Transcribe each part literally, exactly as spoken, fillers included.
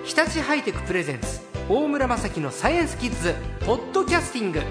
日立ハイテクプレゼンツ大村雅樹のサイエンスキッズポッドキャスティング。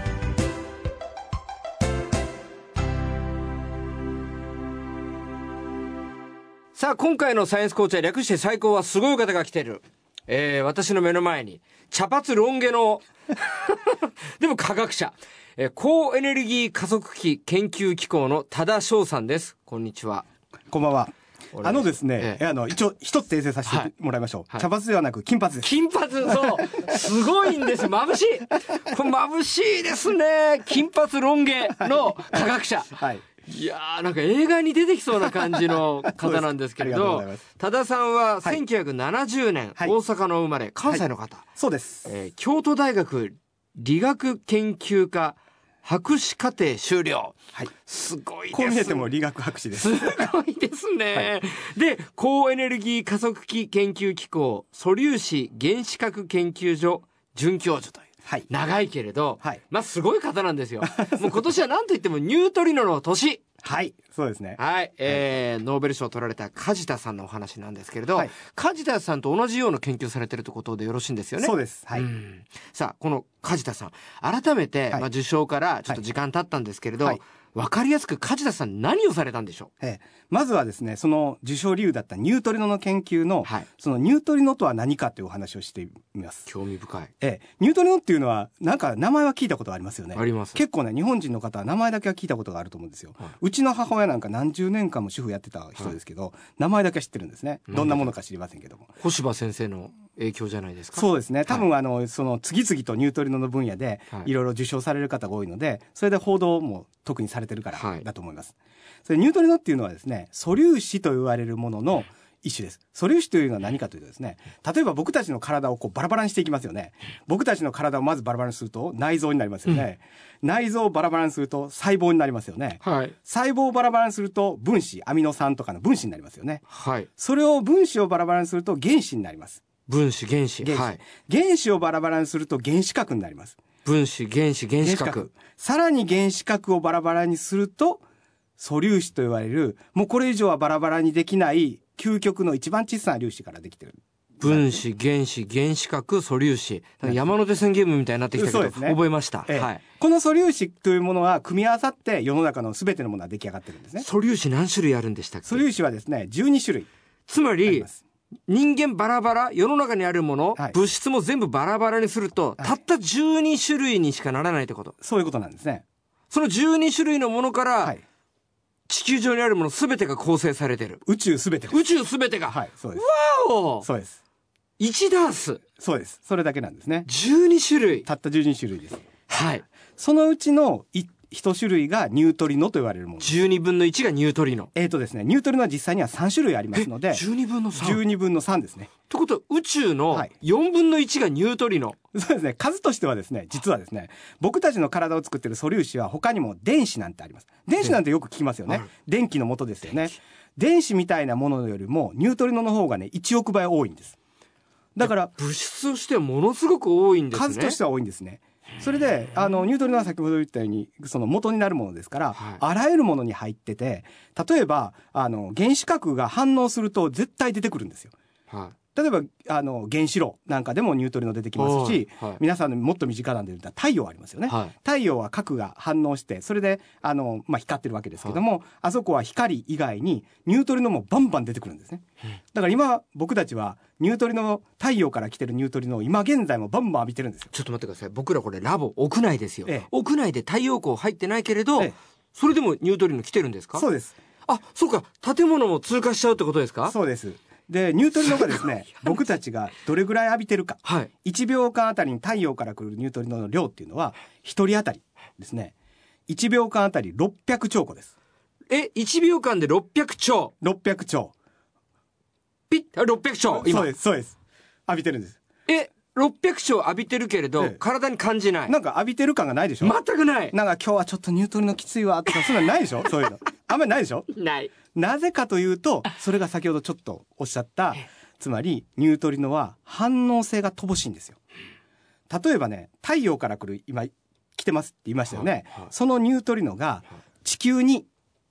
さあ今回のサイエンスコーチは略して最高はすごい方が来てる、えー、私の目の前に茶髪ロン毛のでも科学者、えー、高エネルギー加速器研究機構の多田翔さんです。こんにちは。 こんばんは。あのですね、 ええ、 あの一応一つ訂正させてもらいましょう、はいはい、茶髪ではなく金髪です。 金髪、そうすごいんです。眩しい、これ眩しいですね。金髪ロン毛の科学者、はい、いやーなんか映画に出てきそうな感じの方なんですけれど多田さんはせんきゅうひゃくななじゅうねん、はい、大阪の生まれ、関西の方、はい、 そうです、 えー、京都大学理学研究科博士課程修了、はい、すごいです。 こう見えても理学博士です。 すごいですね、はい、で高エネルギー加速器研究機構素粒子原子核研究所准教授という、はい、長いけれど、はい、まあすごい方なんですよもう今年は何と言ってもニュートリノの年はい、そうですね。 はい、えーはい、ノーベル賞を取られた梶田さんのお話なんですけれど、はい、梶田さんと同じような研究されているということでよろしいんですよね。 そうです。はい。 うん、さあこの梶田さん改めて、はい、まあ、受賞からちょっと時間経ったんですけれど、はい、分かりやすく梶田さん何をされたんでしょう。 ええ、まずはですね、その受賞理由だったニュートリノの研究の、はい、そのニュートリノとは何かというお話をしてみます。 興味深い。 ええ、ニュートリノっていうのはなんか名前は聞いたことありますよね。 あります。 結構ね日本人の方は名前だけは聞いたことがあると思うんですよ、はい、うちの母親なんか何十年間も主婦やってた人ですけど、はい、名前だけは知ってるんですね。どんなものか知りませんけども。 星葉先生の影響じゃないですか。 そうですね、多分、はい、あのその次々とニュートリノの分野でいろいろ受賞される方が多いので、それで報道も特にされてるからだと思います、はい、それニュートリノっていうのはですね素粒子と言われるものの一種です。素粒子というのは何かというとですね、例えば僕たちの体をこうバラバラにしていきますよね。僕たちの体をまずバラバラにすると内臓になりますよね、うん、内臓をバラバラにすると細胞になりますよね、はい、細胞をバラバラにすると分子アミノ酸とかの分子になりますよね、はい、それを分子をバラバラにすると原子になります。 分子原子原子、はい、原子をバラバラにすると原子核になります。 分子原子原子核、 さらに原子核をバラバラにすると素粒子と言われる、もうこれ以上はバラバラにできない究極の一番小さな粒子からできてる。 分子原子原子核素粒子、山手線ゲームみたいになってきたけど、ね、覚えました、ええ、はい、 この素粒子というものは組み合わさって世の中の全てのものは出来上がってるんですね。 素粒子何種類あるんでしたっけ。 素粒子はですねじゅうに種類。 つまり人間バラバラ、世の中にあるもの、はい、物質も全部バラバラにすると、はい、たったじゅうに種類にしかならないってこと。 そういうことなんですね。 そのじゅうに種類のものから、はい、地球上にあるもの全てが構成されてる。 宇宙全て。 宇宙全てが。 はい、そうです。 わお。 そうです。 いちダース。 そうです。それだけなんですね。 じゅうに種類。 たったじゅうに種類です。 はい。 そのうちのい一種類がニュートリノと言われるもの。 じゅうにぶんのいちがニュートリノ。 えーとですね、ニュートリノは実際にはさん種類ありますので。 じゅうにぶんのさん。 じゅうにぶんのさんですね。 ということは宇宙のよんぶんのいちがニュートリノ。 そうですね。数としてはですね、実はですね、僕たちの体を作っている素粒子は他にも電子なんてあります。電子なんてよく聞きますよね。電気の元ですよね。電子みたいなものよりもニュートリノの方がねいちおくばい多いんです。だから物質としてはものすごく多いんですね。 数としては多いんですね。それであのニュートリノは先ほど言ったようにその元になるものですから、はい、あらゆるものに入ってて、例えばあの原子核が反応すると絶対出てくるんですよ、はい、例えばあの原子炉なんかでもニュートリノ出てきますし、はい、皆さんのもっと身近なんで言ったら太陽ありますよね、はい、太陽は核が反応してそれであの、まあ、光ってるわけですけども、はい、あそこは光以外にニュートリノもバンバン出てくるんですね、うん、だから今僕たちはニュートリノ、太陽から来てるニュートリノを今現在もバンバン浴びてるんですよ。 ちょっと待ってください。僕らこれラボ屋内ですよ、ええ、屋内で太陽光入ってないけれど、ええ、それでもニュートリノ来てるんですか。 そうです。 あ、そうか、建物も通過しちゃうってことですか。 そうです。でニュートリノがですね僕たちがどれぐらい浴びてるか、はい、いちびょうかんあたりに太陽から来るニュートリノの量っていうのはひとり当たりですねいちびょうかんあたりろっぴゃくちょうこです。 え、いちびょうかんでろっぴゃくちょう。 ろっぴゃくちょう。 ピッ、ろっぴゃくちょう。今そうですそうです。浴びてるんです。 え、ろっぴゃくちょう浴びてるけれど、ええ、体に感じない。 なんか浴びてる感がないでしょ。 全くない。 なんか今日はちょっとニュートリノきついわとかそんなのないでしょそういうのあんまりないでしょ。 ない。 なぜかというとそれが先ほどちょっとおっしゃったつまりニュートリノは反応性が乏しいんですよ。例えばね太陽から来る今来てますって言いましたよね、はいはい、そのニュートリノが地球に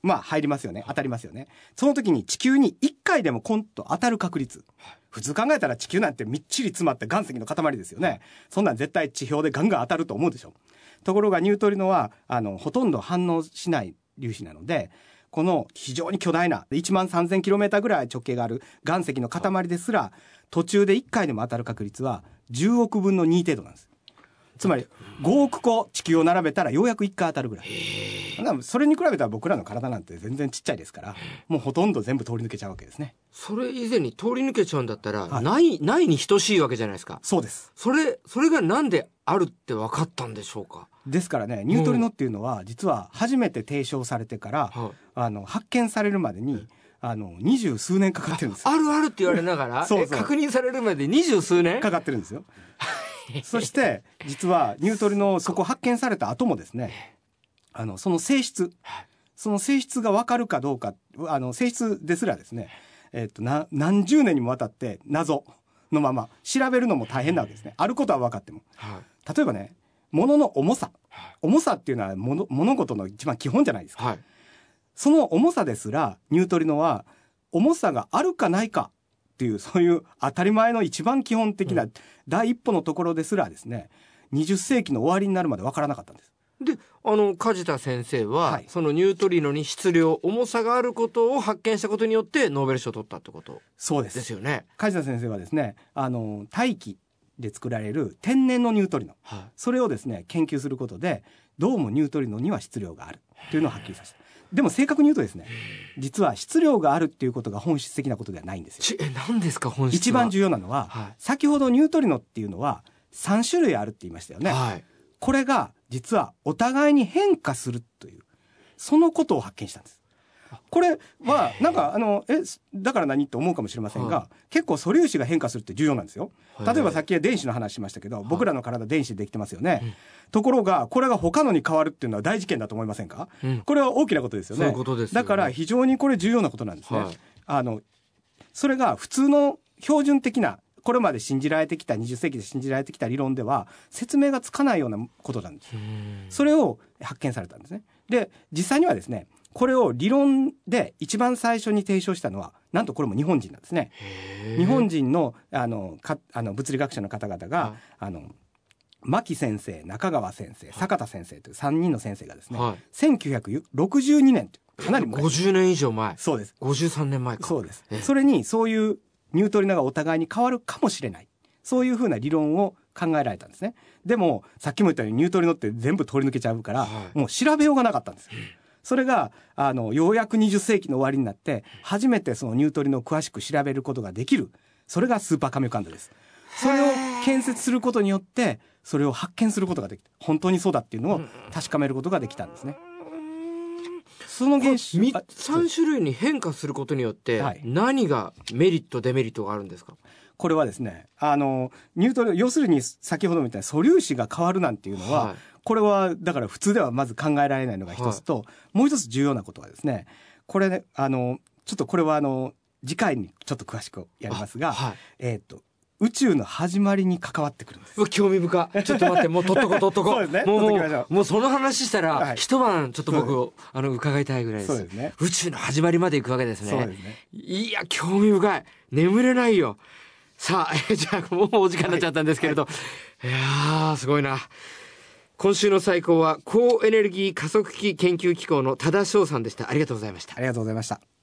まあ入りますよね。当たりますよね。その時に地球にいっかいでもコンと当たる確率。普通考えたら地球なんてみっちり詰まった岩石の塊ですよね。そんなん絶対地表でガンガン当たると思うでしょ。ところがニュートリノはあのほとんど反応しない粒子なので、この非常に巨大ないちまんさんぜんキロメーターぐらい直径がある岩石の塊ですら、途中でいっかいでも当たる確率はじゅうおくぶんのに程度なんです。つまりごおく個地球を並べたらようやくいっかい当たるぐらい。それに比べたら僕らの体なんて全然ちっちゃいですから、もうほとんど全部通り抜けちゃうわけですね。 それ以前に通り抜けちゃうんだったら、はい、ないないに等しいわけじゃないですか。 そうです。 それそれがなんであるって分かったんでしょうか。 ですからね、ニュートリノっていうのは実は初めて提唱されてから、はい、あの発見されるまでにあの二十数年かかってるんです。 あるあるって言われながらそうそう確認されるまで二十数年かかってるんですよ。そして実はニュートリノそこ発見された後もですね、あのその性質その性質が分かるかどうか、あの性質ですらですね、えっとな何十年にもわたって謎のまま調べるのも大変なわけですね。あることは分かっても、はい、例えばね、物の重さ重さっていうのは物物事の一番基本じゃないですか、はい、その重さですらニュートリノは重さがあるかないかっていう、そういう当たり前の一番基本的な第一歩のところですらですね、にじゅっせいきの終わりになるまで分からなかったんです。 で、あの梶田先生は、はい、そのニュートリノに質量重さがあることを発見したことによってノーベル賞を取ったってことですよね。 梶田先生はですね、あの大気で作られる天然のニュートリノ、はい、それをですね研究することで、どうもニュートリノには質量があるというのをはっきりさせた。でも正確に言うとですね、実は質量があるっていうことが本質的なことではないんですよ。 え、何ですか本質は。 一番重要なのは、はい、先ほどニュートリノっていうのはさんしゅるいあるって言いましたよね、はい、これが実はお互いに変化するという、そのことを発見したんです。これはなんかあのえだから何と思うかもしれませんが、はい、結構素粒子が変化するって重要なんですよ。例えばさっき電子の話しましたけど、はい、僕らの体電子でできてますよね、うん、ところがこれが他のに変わるっていうのは大事件だと思いませんか、うん、これは大きなことですよね。 そういうことですよね。 だから非常にこれ重要なことなんですね、はい、あのそれが普通の標準的なこれまで信じられてきたにじゅっせいきで信じられてきた理論では説明がつかないようなことなんです。それを発見されたんですね。で実際にはですね、これを理論で一番最初に提唱したのはなんとこれも日本人なんですね。日本人のあのかあの物理学者の方々が、はい、あの牧先生、中川先生、坂田先生というさんにんの先生がですね、はい、せんきゅうひゃくろくじゅうにねんというかなりごじゅうねん以上前。 そうです。 ごじゅうさんねんまえか。 そうです。それにそういうニュートリノがお互いに変わるかもしれない、そういうふうな理論を考えられたんですね。でもさっきも言ったようにニュートリノって全部通り抜けちゃうから、はい、もう調べようがなかったんです。それがあのようやくにじゅっせいきの終わりになって初めてそのニュートリノを詳しく調べることができる、それがスーパーカミオカンドです。それを建設することによってそれを発見することができた、本当にそうだっていうのを確かめることができたんですね。その現象さんしゅるいに変化することによって何がメリットデメリットがあるんですか。 これはですね、あのニュートリノ、要するに先ほどみたいな素粒子が変わるなんていうのは、はい、これはだから普通ではまず考えられないのが一つと、はい、もう一つ重要なことはですね、これね、あのちょっとこれはあの次回にちょっと詳しくやりますが、はい、えー、っと宇宙の始まりに関わってくるんです。 興味深い。ちょっと待って、もう取っとこう取っとこう。 そうですね。 もうもうもうその話したら、はい、一晩ちょっと僕をあの伺いたいぐらいです。 そうですね。 宇宙の始まりまで行くわけですね。 そうですね。 いや興味深い。眠れないよ。さあじゃあもうお時間になっちゃったんですけれど、はい、いやーすごいな。今週の最高は高エネルギー加速器研究機構の多田翔さんでした。ありがとうございました。 ありがとうございました。